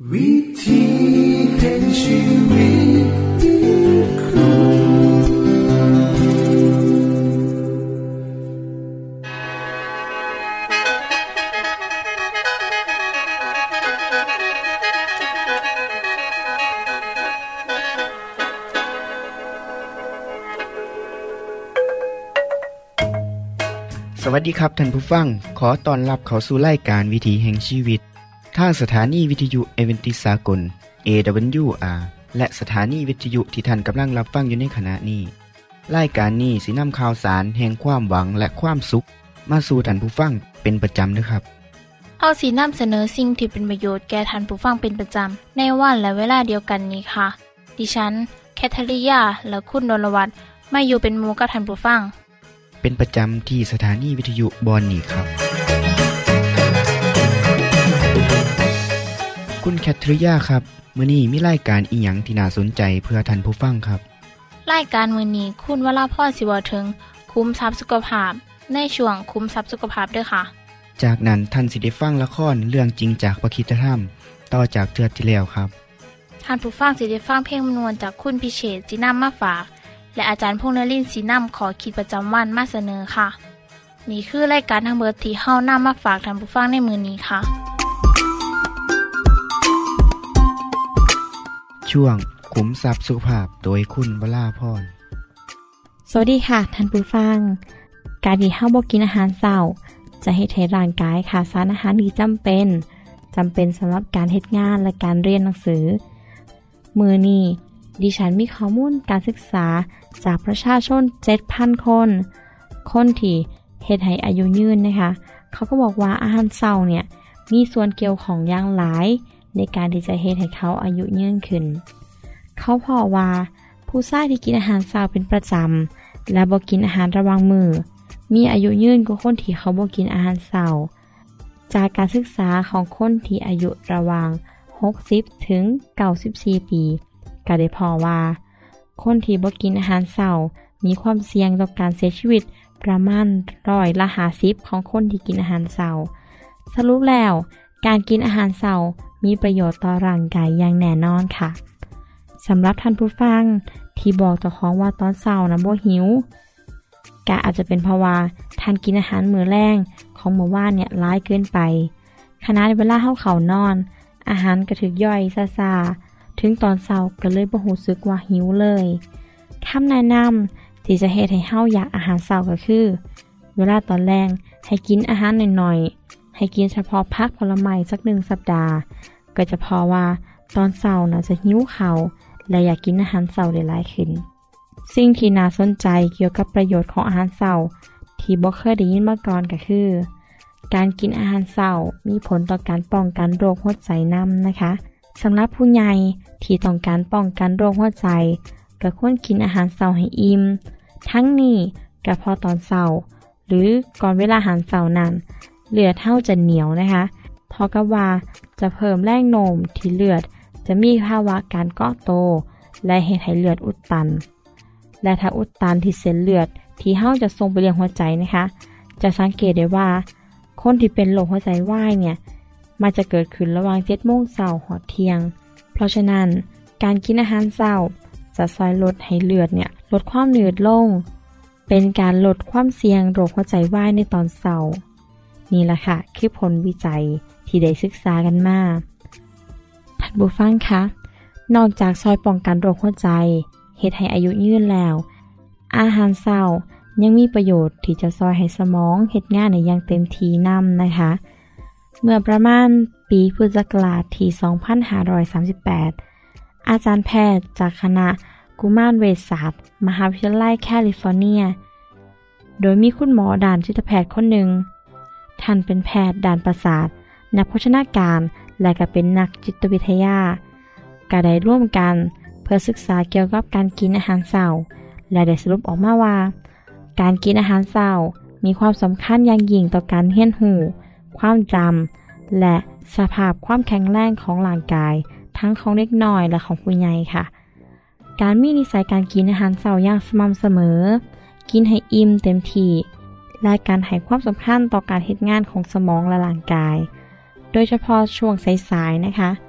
วิธีแห่งชีวิตติครูสวัสดีครับท่านผู้ฟังขอต้อนรับเข้าสู่รายการวิถีแห่งชีวิตทางสถานีวิทยุเอเวนติสากล AWR และสถานีวิทยุที่ท่านกำลังรับฟังอยู่ในขณะนี้รายการนี้สินำข่าวสารแห่งความหวังและความสุขมาสู่ท่านผู้ฟังเป็นประจำนะครับเฮาสินำเสนอสิ่งที่เป็นประโยชน์แก่ท่านผู้ฟังเป็นประจำในวันและเวลาเดียวกันนี้ค่ะดิฉันแคทริยาและคุณดลวัฒน์มาอยู่เป็นหมู่กับท่านผู้ฟังเป็นประจำที่สถานีวิทยุบอนนี่ครับคุณแคทริยาครับมื้อนี้มีรายการอีหยังที่น่าสนใจเพื่อท่านผู้ฟังครับรายการมื้อนี้คุณวราพรสิเว้าถึงคุ้มทรัพย์สุขภาพในช่วงคุ้มทรัพย์สุขภาพเด้อค่ะจากนั้นท่านสิได้ฟังละครเรื่องจริงจากพระคริสตธรรมต่อจากเทื่อที่แล้วครับท่านผู้ฟังสิได้ฟังเพลงมนวนจากคุณพิเชษฐ์สินำมาฝากและอาจารย์พงษ์นฤมลศรีนำขอคิดประจำวันมาเสนอค่ะนี่คือรายการทั้งเบิดที่เฮานำมาฝากท่านผู้ฟังในมื้อนี้ค่ะช่วงขุมทรัพย์สุขภาพโดยคุณวราพรสวัสดีค่ะท่านผู้ฟังการที่เฮาบ่กินอาหารเช้าจะเฮ็ดให้ร่างกายขาดสารอาหารที่จำเป็นสำหรับการเฮ็ดงานและการเรียนหนังสือมื้อนี้ดิฉันมีข้อมูลการศึกษาจากประชาชน 7,000 คนที่เฮ็ดให้อายุยืนนะคะเขาก็บอกว่าอาหารเช้าเนี่ยมีส่วนเกี่ยวของอย่างหลายในการที่จะเฮ็ดให้เขาอายุยืนขึ้นเขาพอว่าผู้ชายที่กินอาหารเช้าเป็นประจำและบ่กินอาหารระหว่างมื้อมีอายุยืนกว่าคนที่เขาบ่กินอาหารเช้าจากการศึกษาของคนที่อายุระหว่าง60ถึง94ปีก็ได้พอว่าคนที่บ่กินอาหารเช้ามีความเสี่ยงต่อการเสียชีวิตประมาณ50%ของคนที่กินอาหารเช้าสรุปแล้วการกินอาหารเช้ามีประโยชน์ต่อร่างกายอย่างแน่นอนค่ะสำหรับท่านผู้ฟังที่บอกเจ้าของว่าตอนเช้านะบ่หิวก็อาจจะเป็นเพราะว่าท่านกินอาหารมื้อแลงของมื้อวานเนี่ยหลายเกินไปขณะเวลาเข้านอนอาหารก็ถูกย่อยซ่าถึงตอนเช้าก็เลยบ่รู้สึกว่าหิวเลยคำแนะนำที่จะเฮ็ดให้เฮาอยากอาหารเช้าก็คือเวลาตอนแลงให้กินอาหารน้อยๆให้กินเฉพาะผักผลไม้สัก1สัปดาห์ก็จะพอว่าตอนเช้าน่ะจะหิวข้าวและอยากกินอาหารเช้าได้หลายขึ้นสิ่งที่น่าสนใจเกี่ยวกับประโยชน์ของอาหารเช้าที่บ่เคยได้ยินมาก่อนก็คือการกินอาหารเช้ามีผลต่อการป้องกันโรคหัวใจนำนะคะสำหรับผู้ใหญ่ที่ต้องการป้องกันโรคหัวใจก็ควรกินอาหารเช้าให้อิ่มทั้งนี้ก็เพราะตอนเช้าหรือก่อนเวลาอาหารเช้านั้นเลือดเฮาจะเหนียวนะคะเท่ากับว่าจะเพิ่มแรงโน้มที่เลือดจะมีภาวะการเกาะโตและเฮ็ดให้เลือดอุดตันและถ้าอุดตันที่เส้นเลือดที่เฮาจะส่งไปเลี้ยงหัวใจนะคะจะสังเกตได้ว่าคนที่เป็นโรคหัวใจวายเนี่ยมันจะเกิดขึ้นระหว่าง 7:00 น. ฮอดเที่ยงเพราะฉะนั้นการกินอาหารเช้าจะช่วยลดให้เลือดเนี่ยลดความหนืดลงเป็นการลดความเสี่ยงโรคหัวใจวายในตอนเช้านี่ล่ะค่ะคือผลวิจัยที่ได้ศึกษากันมาท่านผู้ฟังคะนอกจากช่วยป้องกันโรคหัวใจเฮ็ดให้อายุยืนแล้วอาหารเช้ายังมีประโยชน์ที่จะช่วยให้สมองเฮ็ดงานได้อย่างเต็มที่นำนะคะเมื่อประมาณปีพุทธศักราชที่ 2538 อาจารย์แพทย์จากคณะกุมารเวชศาสตร์มหาวิทยาลัยแคลิฟอร์เนียโดยมีคุณหมอด่านจิตแพทย์คนหนึ่งท่านเป็นแพทย์ด่านประสาทนักโภชนาการและก็เป็นนักจิตวิทยาก็ได้ร่วมกันเพื่อศึกษาเกี่ยวกับการกินอาหารเช้าและได้สรุปออกมาว่าการกินอาหารเช้ามีความสำคัญอย่างยิ่งต่อการเรียนรู้ความจำและสภาพความแข็งแรงของร่างกายทั้งของเด็กน้อยและของผู้ใหญ่ค่ะการมีนิสัยการกินอาหารเช้าอย่างสม่ำเสมอกินให้อิ่มเต็มที่และการให้ความสำคัญต่อการเฮ็ดงานของสมองและร่างกายโดยเฉพาะช่วงสายๆนะคะ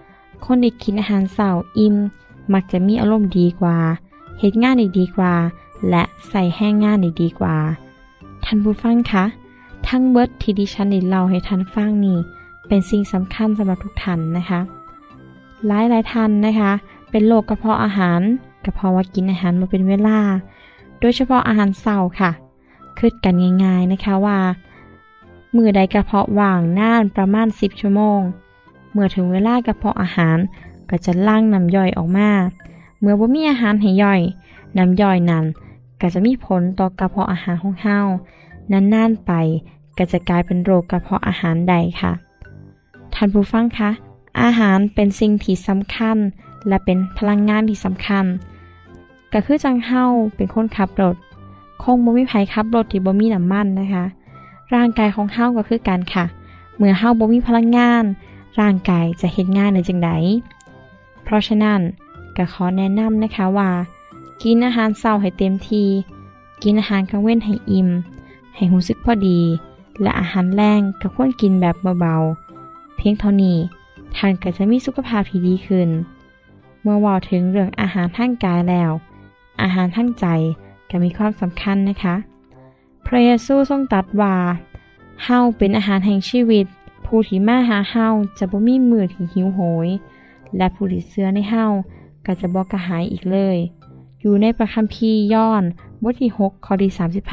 คนที่กินอาหารเช้าอิ่มมักจะมีอารมณ์ดีกว่าเฮ็ดงานได้ดีกว่าและใส่แห้งงานได้ดีกว่าท่านผู้ฟังคะทั้งเบิดที่ดิฉันได้เล่าให้ท่านฟังนี่เป็นสิ่งสำคัญสำหรับทุกท่านนะคะหลายท่านนะคะเป็นโรคกระเพาะอาหารก็เพราะว่ากินอาหารมาเป็นเวลาโดยเฉพาะอาหารเช้าค่ะคิดกันง่ายๆนะคะว่ามื้อใดกระเพาะว่างนานประมาณ10ชั่วโมงเมื่อถึงเวลากระเพาะอาหารก็จะหลั่งน้ำย่อยออกมาเมื่อบ่มีอาหารให้ย่อยน้ำย่อยนั้นก็จะมีผลต่อกระเพาะอาหารของเฮานานๆไปก็จะกลายเป็นโรคกระเพาะอาหารได้ค่ะท่านผู้ฟังคะอาหารเป็นสิ่งที่สำคัญและเป็นพลังงานที่สำคัญก็คือจังเฮาเป็นคนขับรถคงบ่มีไผขับรถที่บ่มีน้ำมันนะคะร่างกายของเฮาก็คือกันค่ะเมื่อเฮาบ่มีพลังงานร่างกายจะเฮ็ดงานได้จังได๋เพราะฉะนั้นก็ขอแนะนำนะคะว่ากินอาหารเช้าให้เต็มที่กินอาหารกลางวันให้อิ่มให้รู้สึกพอดีและอาหารแรงก็ควรกินแบบเบาๆเพียงเท่านี้ท่านก็จะมีสุขภาพที่ดีขึ้นเมื่อว่าถึงเรื่องอาหารทางกายแล้วอาหารทางใจก็มีความสำคัญนะคะพระเยซูทรงตรัสว่าเฮาเป็นอาหารแห่งชีวิตผู้ที่มาหาเฮาจะบ่มีมื้อที่หิวโหยและผู้ที่เชื่อในเฮาก็จะบ่กระหายอีกเลยอยู่ในพระคัมภีร์ยอห์นบทที่6ข้อที่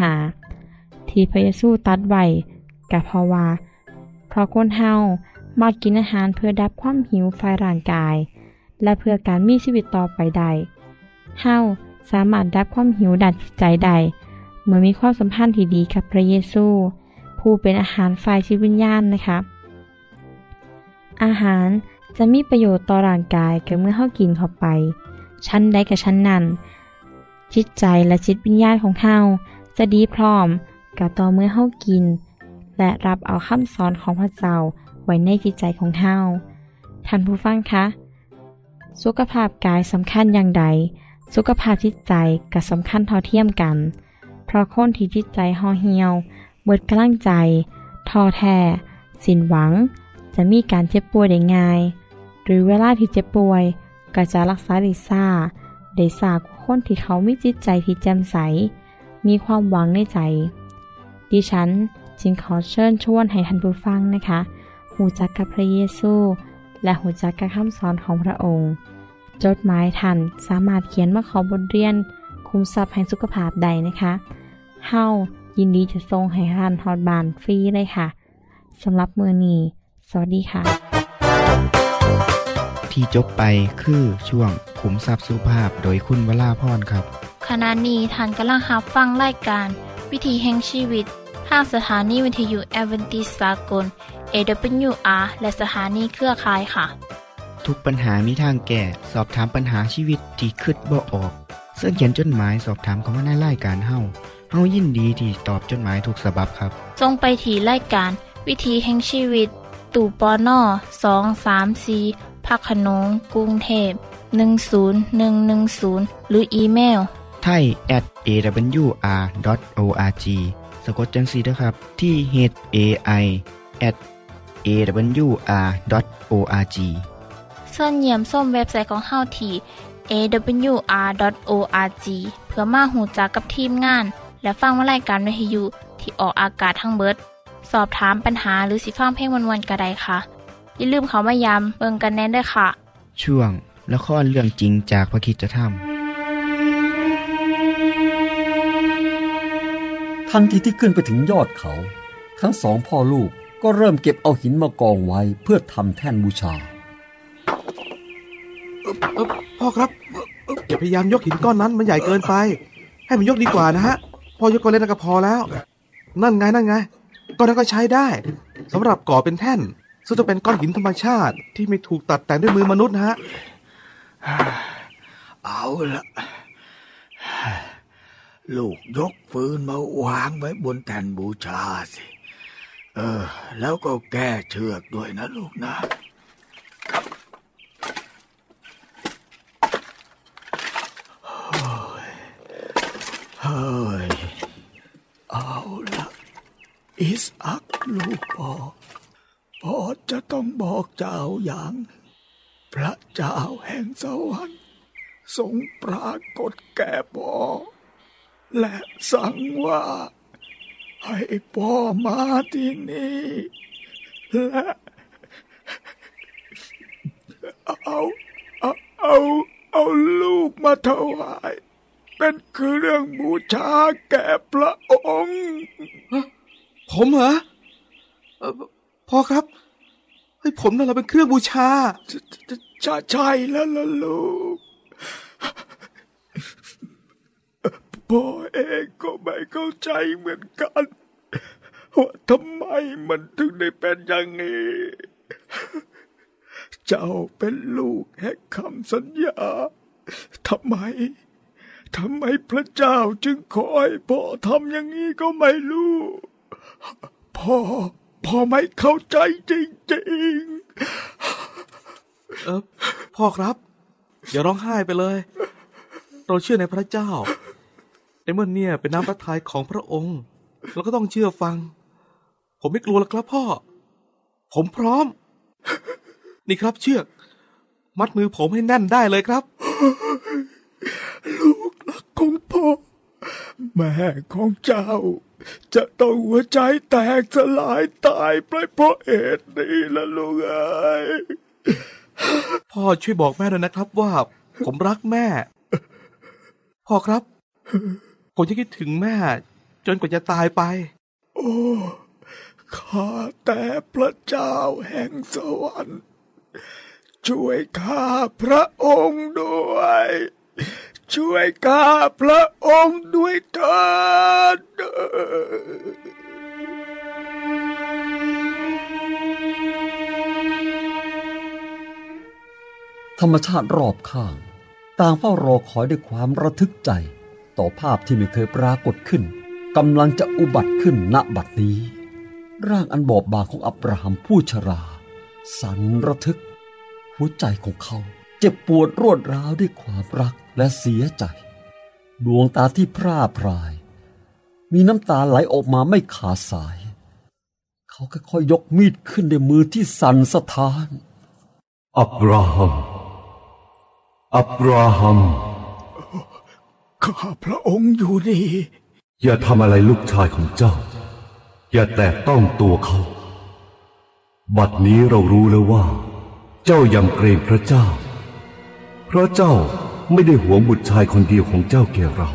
35ที่พระเยซูตรัสไว้ก็เพราะว่าเพราะคนเฮามักกินอาหารเพื่อดับความหิวฝ่ายร่างกายและเพื่อการมีชีวิตต่อไปได้เฮาสามารถดับความหิวด้านจิตใจได้เมื่อมีความสัมพันธ์ที่ดีกับพระเยซูผู้เป็นอาหารฝ่ายชีวิตวิญญาณนะคะอาหารจะมีประโยชน์ต่อร่างกายก็เมื่อเฮากินเข้าไปชั้นใดกับชั้นนั้นจิตใจและจิตวิญญาณของเฮาจะดีพร้อมก็ต่อเมื่อเฮากินและรับเอาคำสอนของพระเจ้าไว้ในจิตใจของเฮาท่านผู้ฟังคะสุขภาพกายสำคัญอย่างใดสุขภาพจิตใจก็สำคัญเท่าเทียมกันเพราะคนที่จิตใจห่อเหี่ยวหมดกำลังใจท้อแท้สิ้นหวังจะมีการเจ็บป่วยได้ง่ายหรือเวลาที่เจ็บป่วยก็จะรักษาได้ช้ากว่าคนที่เขามีจิตใจที่แจ่มใสมีความหวังในใจดิฉันจึงขอเชิญชวนให้ท่านผู้ฟังนะคะรู้จักกับพระเยซูและรู้จักกับคำสอนของพระองค์จดหมายท่านสามารถเขียนมาขอบทเรียนคุมทรัพย์แห่งสุขภาพใดนะคะเฮายินดีจะส่งให้ท่านฮอดบ้านฟรีเลยค่ะสำหรับมื้อนี้สวัสดีค่ะที่จบไปคือช่วงขุมทรัพย์สุขภาพโดยคุณวราพรครับขณะนี้ท่านกำลังรับฟังรายการวิถีแห่งชีวิตทางสถานีวิทยุแอดเวนทิสต์สากล AWR และสถานีเครือข่ายค่ะทุกปัญหามีทางแก้สอบถามปัญหาชีวิตที่คิดบ่ออกเสิร์ชเขียนจดหมายสอบถามเข้ามาในรายการเฮายินดีที่ตอบจดหมายทุกฉบับครับส่งไปที่รายการวิถีแห่งชีวิตตู้ปน234พักขนงกรุงเทพ10110หรืออีเมล thai@awr.org สะกดจังซี่เด้อครับที่ hai@awr.org ส่วนเยี่ยมส้มเว็บไซต์ของเฮาที่ awr.org เพื่อมาหูจักกับทีมงานและฟังรายการวิทยุที่ออกอากาศทั้งเบิดสอบถามปัญหาหรือสิฟังเพลงวนๆก็ได้ค่ะอย่าลืมเข้ามาย้ำเบิ่งกันแน่ด้วยค่ะช่วงละครเรื่องจริงจากพระคริสตธรรมทันทีที่ขึ้นไปถึงยอดเขาทั้งสองพ่อลูกก็เริ่มเก็บเอาหินมากองไว้เพื่อทำแท่นบูชาพ่อครับอย่าพยายามยกหินก้อนนั้นมันใหญ่เกินไปให้มันยกดีกว่านะฮะพอยกก้อนเล็กก็พอแล้วนั่นไงก้อนนั้นก็ใช้ได้สำหรับก่อเป็นแท่นซึ่งจะเป็นก้อนหินธรรมชาติที่ไม่ถูกตัดแต่งด้วยมือมนุษย์นะฮะเอาละลูกยกฟืนมาวางไว้บนแท่นบูชาสิแล้วก็แก้เชือกด้วยนะลูกนะเฮ้ยเอาละอิสอัคลูกพ่อจะต้องบอกเจ้าอย่างพระเจ้าแห่งสวรรค์ทรงปรากฏแก่พ่อและสั่งว่าให้พ่อมาที่นี่และเอาลูกมาถวายเป็นเครื่องบูชาแก่พระองค์ผมเหรอพ่อครับให้ผมนั่นแหละเป็นเครื่องบูชาใช่แล้วล่ะลูกพ่อเองก็ไม่เข้าใจเหมือนกันว่าทำไมมันถึงได้เป็นอย่างนี้เจ้าเป็นลูกแห่งคำสัญญาทำไมพระเจ้าจึงขอให้พ่อทำอย่างนี้ก็ไม่รู้พ่อไม่เข้าใจจริงๆพ่อครับอย่าร้องไห้ไปเลยเราเชื่อในพระเจ้าในเมื่อเนี่ยเป็นน้ำพระทัยของพระองค์เราก็ต้องเชื่อฟังผมไม่กลัวหรอกครับพ่อผมพร้อมนี่ครับเชือกมัดมือผมให้แน่นได้เลยครับลูกรักของพ่อแม่ของเจ้าจะต้องหัวใจแตกสลายตายไปเพราะเหตุนี้ล่ะลูกเอ้ยพ่อช่วยบอกแม่ด้วยนะครับว่าผมรักแม่พ่อครับผมจะคิดถึงแม่จนกว่าจะตายไปโอ้ข้าแต่พระเจ้าแห่งสวรรค์ช่วยข้าพระองค์ด้วยช่วยข้าพระองค์ด้วยเถิดธรรมชาติรอบข้างต่างเฝ้ารอคอยด้วยความระทึกใจต่อภาพที่ไม่เคยปรากฏขึ้นกำลังจะอุบัติขึ้นณบัดนี้ร่างอันบอบบางของอับราฮัมผู้ชราสั่นระทึกหัวใจของเขาเจ็บปวดรวดร้าวด้วยความรักและเสียใจดวงตาที่พร่าพรายมีน้ำตาไหลออกมาไม่ขาดสายเขาค่อยๆยกมีดขึ้นด้วยมือที่สั่นสะท้านอับราฮัมข้าพระองค์อยู่นี่อย่าทำอะไรลูกชายของเจ้าอย่าแตะต้องตัวเขาบัดนี้เรารู้แล้วว่าเจ้ายำเกรงพระเจ้าเพราะเจ้าไม่ได้หวงบุตรชายคนเดียวของเจ้าแก่เรา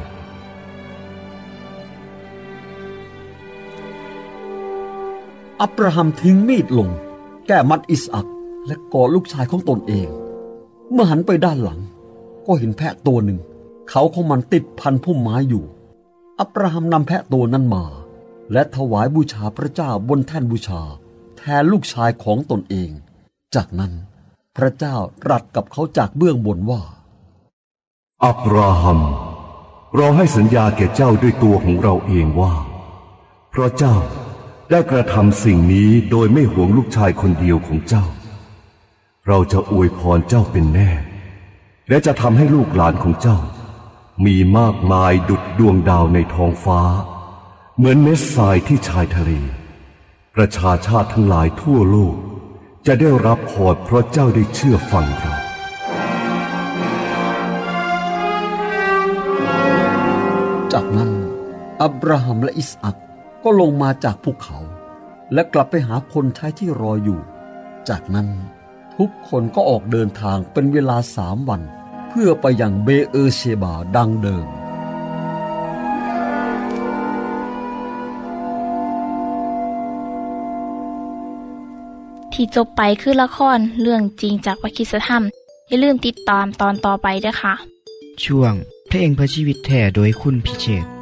อับราฮัมทิ้งมีดลงแก้มัดอิสอัคและกอดลูกชายของตนเองเมื่อหันไปด้านหลังก็เห็นแพะตัวหนึ่งเขาของมันติดพันพุ่มไม้อยู่อับราฮัมนำแพะตัวนั้นมาและถวายบูชาพระเจ้าบนแท่นบูชาแทนลูกชายของตนเองจากนั้นพระเจ้าตรัสกับเขาจากเบื้องบนว่าอับราฮัมเราให้สัญญาแก่เจ้าด้วยตัวของเราเองว่าเพราะเจ้าได้กระทำสิ่งนี้โดยไม่หวงลูกชายคนเดียวของเจ้าเราจะอวยพรเจ้าเป็นแน่และจะทำให้ลูกหลานของเจ้ามีมากมายดุจดวงดาวในท้องฟ้าเหมือนเม็ดทรายที่ชายทะเลประชาชาติทั้งหลายทั่วโลกจะได้รับพรเพราะเจ้าได้เชื่อฟังเราจากนั้นอับราฮัมและอิสอัคก็ลงมาจากภูเขาและกลับไปหาคนใช้ที่รออยู่จากนั้นทุกคนก็ออกเดินทางเป็นเวลา3 วันเพื่อไปยังเบเอเชบาดังเดิมที่จบไปคือละครเรื่องจริงจากพระคริสตธรรมอย่าลืมติดตามตอนต่อไปด้วยค่ะช่วงเพลงเพื่อชีวิตแท้โดยคุณพิเชษฐ์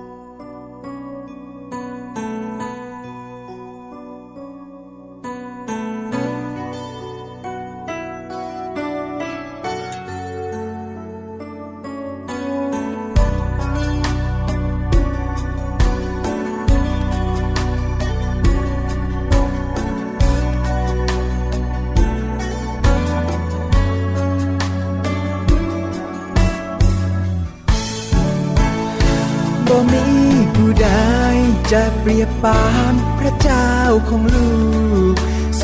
บ่มีผู้ใดจะเปรียบปานพระเจ้าของลูกท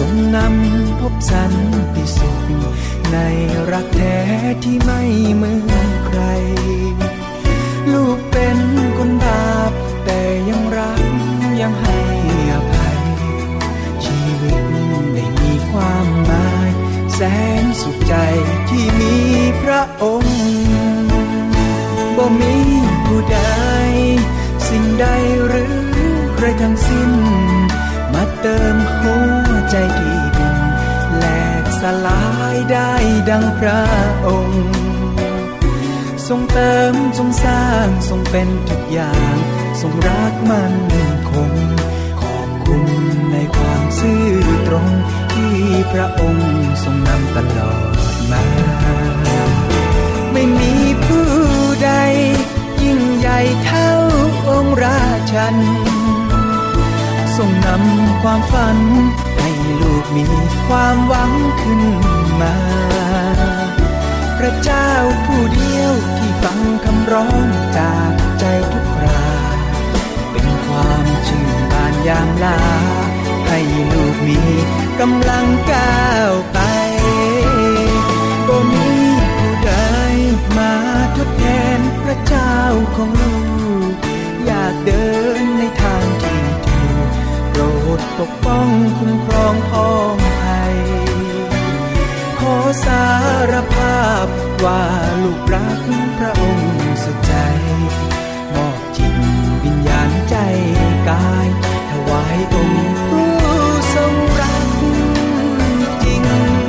งนำพบสันติสุขในรักแท้ที่ไม่เหมือนใครลูกเป็นคนบาปแต่ยังรักยังให้อภัยชีวิตได้มีความหมายแสนสุขใจที่มีพระองค์บ่มีผู้ใดสิ่งใดหรือใครทั้งสิ้นมาเติมหัวใจที่ดินแหลกสลายได้ดังพระองค์ทรงเติมทรงสร้างทรงเป็นทุกอย่างทรงรักมั่นคงขอบคุณในความซื่อตรงที่พระองค์ทรงนำตลอดมาไม่มีผู้ใดยิ่งใหญ่เท่าองค์ราชันทรงนำความฝันให้ลูกมีความหวังขึ้นมาพระเจ้าผู้เดียวที่ฟังคำร้องจากใจทุกคราเป็นความชื่นบานยามลาให้ลูกมีกำลังก้าวไปบ่มีผู้ใดมาทดแทนพระเจ้าของลูกอยากเดินในทางที่ถูกโปรดปกป้องคุ้มครองพ้องไทยขอสารภาพว่าลูกรักพระองค์สุดใจมอบจิตวิญญาณใจกายถวายองค์ผู้ทรงรักจริง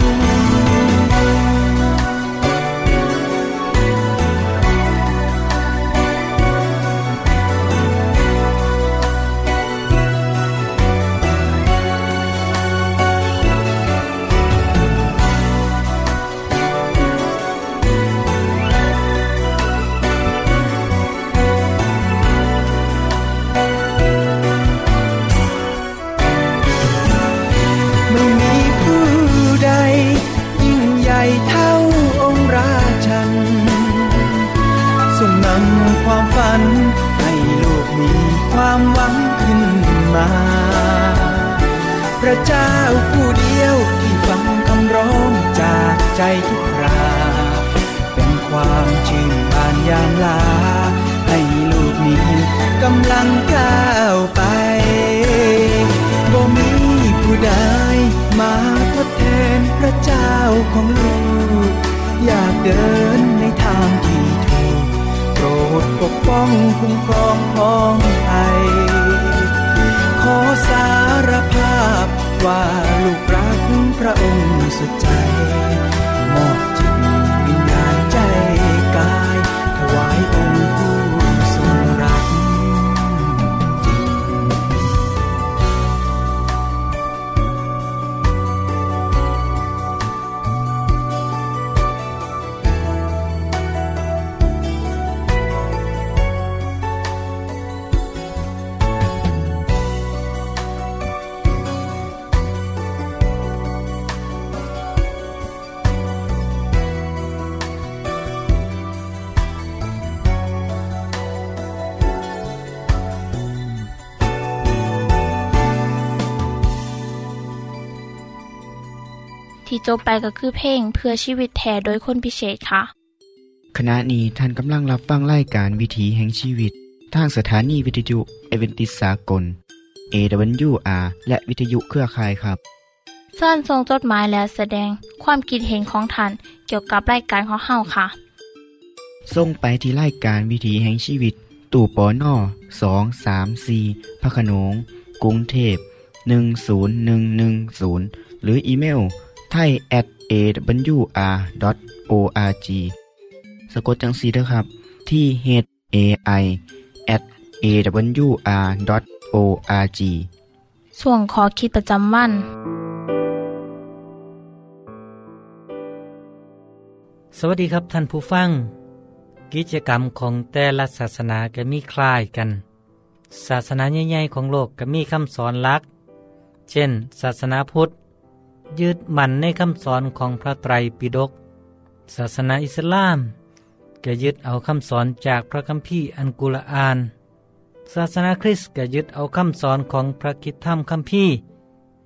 ความฝันให้ลูกมีความหวังขึ้นมาพระเจ้าผู้เดียวที่ฟังคำร้องจากใจทุกคราเป็นความชื่นบานยามลาให้ลูกมีกำลังก้าวไปบ่มีผู้ใดมาทดแทนพระเจ้าของลูกอยากเดินในทางที่ถูกโปรดปกป้องคุ้มครองพ้องไทยขอสารภาพว่าลูกรักพระองค์สุดใจมอบจิตวิญญาณใจกายถวายองค์ผู้ทรงรักจริงที่จบไปก็คือเพลงเพื่อชีวิตแท้โดยคนพิเศษค่ะขณะนี้ท่านกำลังรับฟังรายการวิถีแห่งชีวิตทางสถานีวิทยุเอเวนติสากล AWR และวิทยุเครือข่ายครับเชิญส่งจดหมายและแสดงความคิดเห็นของท่านเกี่ยวกับรายการของเฮาค่ะส่งไปที่รายการวิถีแห่งชีวิตตู้ปน234พระโขนงกรุงเทพ10110หรืออีเมลthai@awr.org สะกดจังซี่เด้อครับที่ thai@awr.org ส่วนขอคิดประจำวันสวัสดีครับท่านผู้ฟังกิจกรรมของแต่ละศาสนาก็มีคล้ายกันศาสนาใหญ่ๆของโลกก็มีคำสอนหลักเช่นศาสนาพุทธยึดมั่นในคำสอนของพระไตรปิฎกศาสนาอิสลามก็ยึดเอาคำสอนจากพระคัมภีร์อัลกุรอานศาสนาคริสต์ก็ยึดเอาคำสอนของพระคริสตธรรมคัมภีร์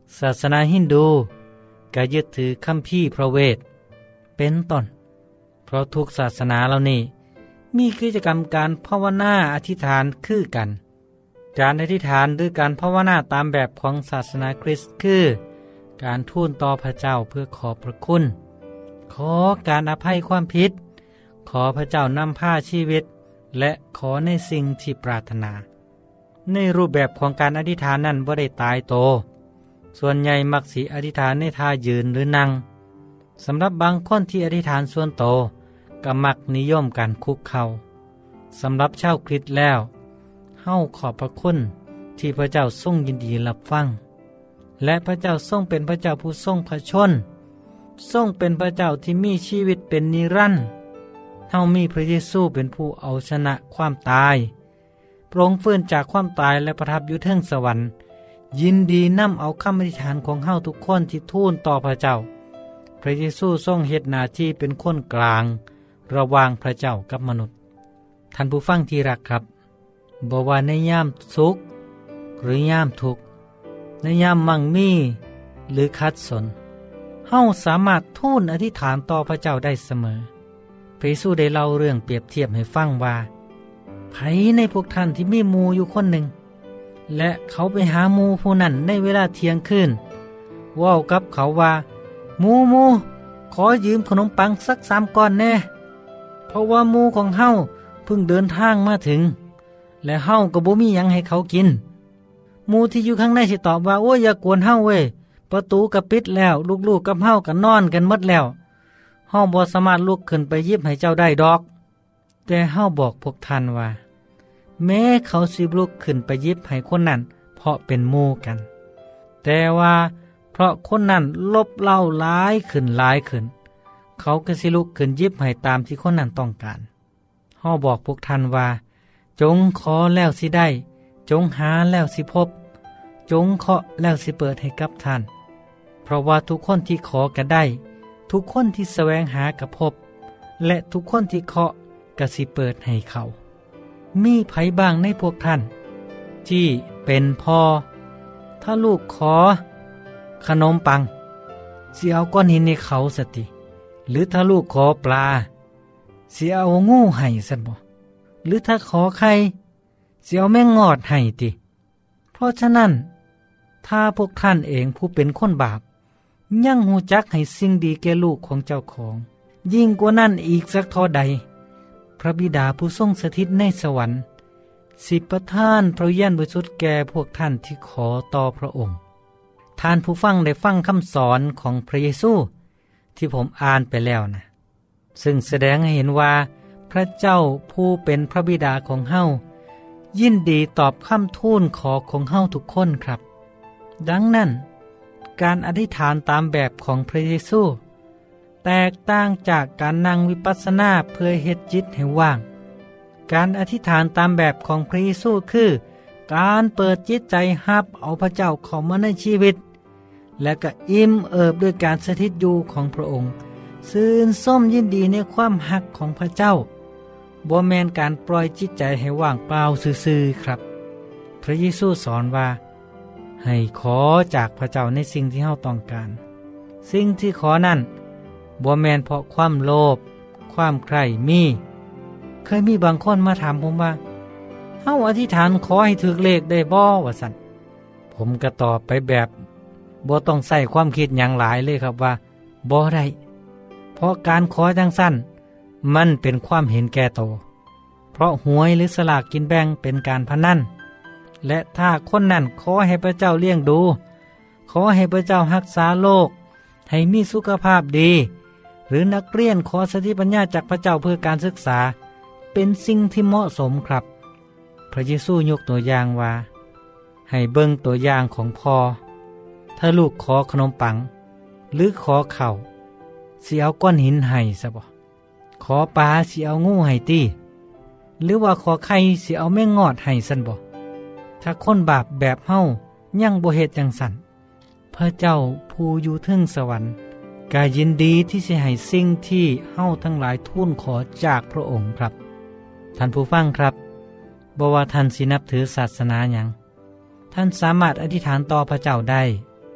ศาสนาฮินดูก็ยึดถือคัมภีร์พระเวทเป็นต้นเพราะทุกศาสนาเหล่านี้มีกิจกรรมการภาวนาอธิษฐานคือกันการอธิษฐานหรือการภาวนาตามแบบของศาสนาคริสต์คือการทูลต่อพระเจ้าเพื่อขอบพระคุณขอการอภัยความผิดขอพระเจ้านำพาชีวิตและขอในสิ่งที่ปรารถนาในรูปแบบของการอธิษฐานนั้นบ่ได้ตายโตส่วนใหญ่มักสิอธิษฐานในท่ายืนหรือนั่งสำหรับบางคนที่อธิษฐานส่วนโตก็มักนิยมการคุกเข่าสำหรับชาวคริสต์แล้วเฮาขอบพระคุณที่พระเจ้าทรงยินดีรับฟังและพระเจ้าทรงเป็นพระเจ้าผู้ทรงพระชนทรงเป็นพระเจ้าที่มีชีวิตเป็นนิรันดร์เฮามีพระเยซูเป็นผู้เอาชนะความตายพระองค์ฟื้นจากความตายและประทับอยู่เทิงสวรรค์ยินดีนำเอาคำอธิษฐานของเฮาทุกคนที่ทูลต่อพระเจ้าพระเยซูทรงเฮ็ดหน้าที่เป็นคนกลางระหว่างพระเจ้ากับมนุษย์ท่านผู้ฟังที่รักครับบ่ว่าในยามสุขหรือยามทุกข์ในยามมั่งมีหรือขัดสนเฮาสามารถทูลอธิษฐานต่อพระเจ้าได้เสมอพระเยซูได้เล่าเรื่องเปรียบเทียบให้ฟังว่าไผในพวกท่านที่มีหมู่อยู่คนหนึ่งและเขาไปหาหมู่ผู้นั้นในเวลาเที่ยงคืนเว้ากับเขาว่าหมู่ขอยืมขนมปังสัก3 ก้อนแน่เพราะว่าหมู่ของเฮาเพิ่งเดินทางมาถึงและเฮาก็บ่มีหยังให้เขากินหมู่ที่อยู่ข้างในสิตอบว่าโอ้ยอย่ากวนเฮาเว้ยประตูก็ปิดแล้วลูกๆกับเฮาก็นอนกันหมดแล้วเฮาบ่สามารถลุกขึ้นไปหยิบให้เจ้าได้ดอกแต่เฮาบอกพวกท่านว่าแม้เขาสิลุกขึ้นไปหยิบให้คนนั้นเพราะเป็นหมู่กันแต่ว่าเพราะคนนั้นลบเล่าหลายขึ้นเขาก็สิลุกขึ้นหยิบให้ตามที่คนนั้นต้องการเฮาบอกพวกท่านว่าจงขอแล้วสิได้จงหาแล้วสิพบจงเคาะแล้วสิเปิดให้กับท่านเพราะว่าทุกคนที่ขอก็ได้ทุกคนที่แสวงหาก็พบและทุกคนที่เคาะก็สิเปิดให้เขามีไผบ้างในพวกท่านที่เป็นพ่อถ้าลูกขอขนมปังสิเอาก้อนหินในเขาสติหรือถ้าลูกขอปลาสิเอางูให้สันบ่หรือถ้าขอไข่สิเอาแมงงอดให้ติเพราะฉะนั้นถ้าพวกท่านเองผู้เป็นคนบาปยังหูจักให้สิ่งดีแก่ลูกของเจ้าของยิ่งกว่านั้นอีกสักเท่าใดพระบิดาผู้ทรงสถิตในสวรรค์สิประทานพระวิญญาณบริสุทธิ์แก่พวกท่านที่ขอต่อพระองค์ท่านผู้ฟังได้ฟังคำสอนของพระเยซูที่ผมอ่านไปแล้วนะซึ่งแสดงให้เห็นว่าพระเจ้าผู้เป็นพระบิดาของเฮายินดีตอบคำทูลขอของเฮาทุกคนครับดังนั้นการอธิษฐานตามแบบของพระเยซูแตกต่างจากการนั่งวิปัสสนาเพื่อเฮ็ดจิตให้ว่างการอธิษฐานตามแบบของพระเยซูคือการเปิดจิตใจรับเอาพระเจ้าเข้ามาในชีวิตและก็อิ่มเอิบด้วยการสถิตอยู่ของพระองค์ซื่นส้มยินดีในความหักของพระเจ้าบ่แม่นการปล่อยจิตใจให้ว่างเปล่าซื่อๆครับพระเยซูสอนว่าให้ขอจากพระเจ้าในสิ่งที่เฮาต้องการสิ่งที่ขอนั้นบ่แม่นเพราะความโลภความใคร่เคยมีบางคนมาถามผมว่าเฮาอธิษฐานขอให้ถูกเลขได้บ่ว่าซั่นผมก็ตอบไปแบบบ่ต้องใส่ความคิดหยังหลายเลยครับว่าบ่ได้เพราะการขอจังซั่นมันเป็นความเห็นแก่โตเพราะหวยหรือสลากกินแบ่งเป็นการพนันและถ้าคนนั้นขอให้พระเจ้าเลี้ยงดูขอให้พระเจ้ารักษาโลกให้มีสุขภาพดีหรือนักเรียนขอสติปัญญาจากพระเจ้าเพื่อการศึกษาเป็นสิ่งที่เหมาะสมครับพระเยซูยกตัวอย่างว่าให้เบิ่งตัวอย่างของพ่อถ้าลูกขอขนมปังหรือขอข้าวสิเอาก้อนหินให้ซะบ่ขอปลาสิเอางูให้ติหรือว่าขอไข่สิเอาแมงงอดให้ซั่นบ่ถ้าคนบาปแบบเฮายังบ่เฮ็ดจังซั่นพระเจ้าผู้อยู่เทิงสวรรค์ก็ยินดีที่จะให้สิ่งที่เฮาทั้งหลายทูลขอจากพระองค์ครับท่านผู้ฟังครับบ่ว่าท่านสินับถือศาสนาหยังท่านสามารถอธิษฐานต่อพระเจ้าได้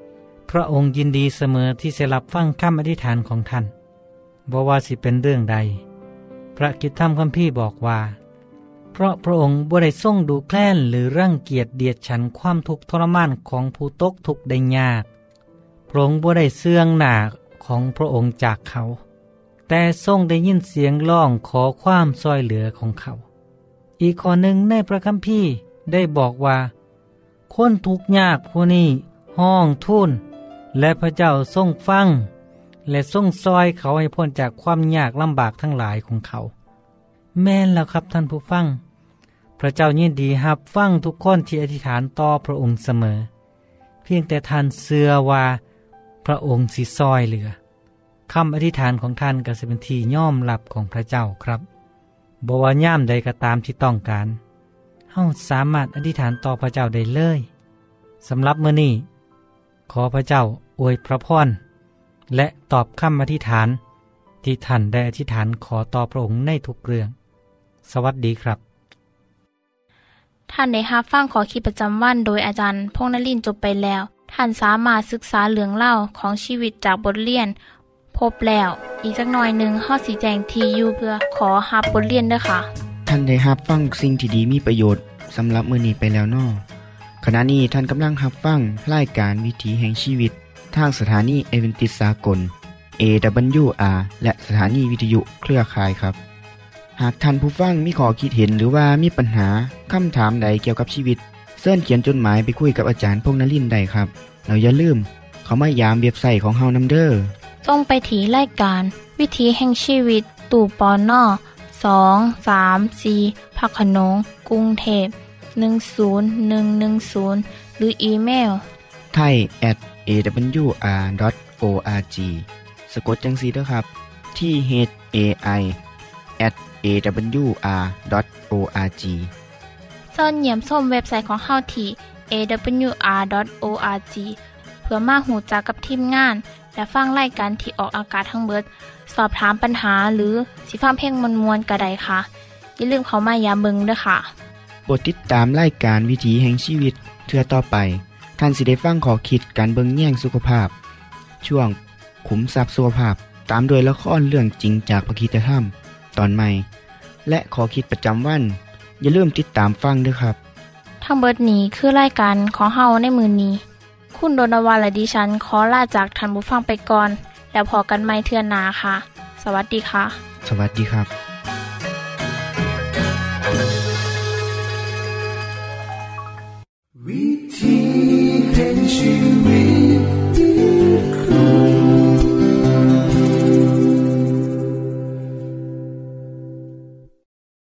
พระองค์ยินดีเสมอที่จะรับฟังคำอธิษฐานของท่านบ่ว่าสิเป็นเรื่องใดพระกิตติธรรมคัมภีร์บอกว่าเพราะพระองค์บ่ได้ทรงดูแคลนหรือรังเกียจเดียดฉันความทุกข์ทรมานของผู้ตกทุกข์ได้ยากพระองค์บ่ได้เสื่องหน้าของพระองค์จากเขาแต่ทรงได้ยินเสียงร้องขอความช่วยเหลือของเขาอีกข้อหนึ่งในพระคัมภีร์ได้บอกว่าคนทุกข์ยากผู้นี้ห้องทูลและพระเจ้าทรงฟังและทรงซอยเขาให้พ้นจากความยากลำบากทั้งหลายของเขาแม่นแล้วครับท่านผู้ฟังพระเจ้ายินดีรับฟังทุกคนที่อธิษฐานต่อพระองค์เสมอเพียงแต่ท่านเชื่อว่าพระองค์สิซอยเหลือคำอธิษฐานของท่านก็จะเป็นที่ยอมรับของพระเจ้าครับบ่ว่าย่ามใดก็ตามที่ต้องการเฮาสามารถอธิษฐานต่อพระเจ้าได้เลยสำหรับมื้อนี้ขอพระเจ้าอวยพระพรและตอบคำอธิษฐานที่ท่านได้อธิษฐานขอต่อพระองค์ในทุกเรื่องสวัสดีครับท่านได้รับฟังขอคิดประจำวันโดยอาจารย์พงษ์นฤมลจบไปแล้วท่านสามารถศึกษาเรื่องเล่าของชีวิตจากบทเรียนพบแล้วอีกสักหน่อยหนึ่งเฮาสิแจ้งที่อยู่เพื่อขอรับบทเรียนด้วยค่ะท่านได้รับฟังสิ่งที่ดีมีประโยชน์สำหรับมื้อนี้ไปแล้วน้อขณะนี้ท่านกำลังรับฟังรายการวิถีแห่งชีวิตทางสถานีเอเวนติสากล AWR และสถานีวิทยุเครือข่ายครับหากท่านผู้ฟังมีข้อคิดเห็นหรือว่ามีปัญหาคำถามใดเกี่ยวกับชีวิตเชิญเขียนจดหมายไปคุยกับอาจารย์พงษ์นฤมลได้ครับแล้วอย่าลืมเข้ามายามเว็บไซต์ของเฮานำเด้อส่งไปที่รายการวิถีแห่งชีวิตตู่ปน234พักขนงกรุงเทพ10110หรืออีเมล thai@awr.org สะกดจังซี่เด้อครับที่ hai@awr.org ส่วนเยี่ยมชมเว็บไซต์ของเฮาที่ awr.org เพื่อมาหูจักกับทีมงานและฟังรายการที่ออกอากาศทั้งเบิดสอบถามปัญหาหรือสิฟังเพลงมวลๆก็ได้ค่ะอย่าลืมเข้ามายามเบิ่งด้วยค่ะโปรดติดตามรายการวิถีแห่งชีวิตเทื่อต่อไปท่านสิได้ฟังข้อคิดการเบิ่งแย่งสุขภาพช่วงขุมทรัพย์สุขภาพตามโดยละครเรื่องจริงจากพระคริสตธรรมตอนใหม่และข้อคิดประจำวันอย่าลืมติดตามฟังด้วยครับทั้งเบิดนี้คือรายการของเฮาในมื้อนี้คุณโดนวาและดิฉันขอลาจากท่านผู้ฟังไปก่อนแล้วพอกันใหม่เทื่อหน้าค่ะสวัสดีค่ะสวัสดีครับ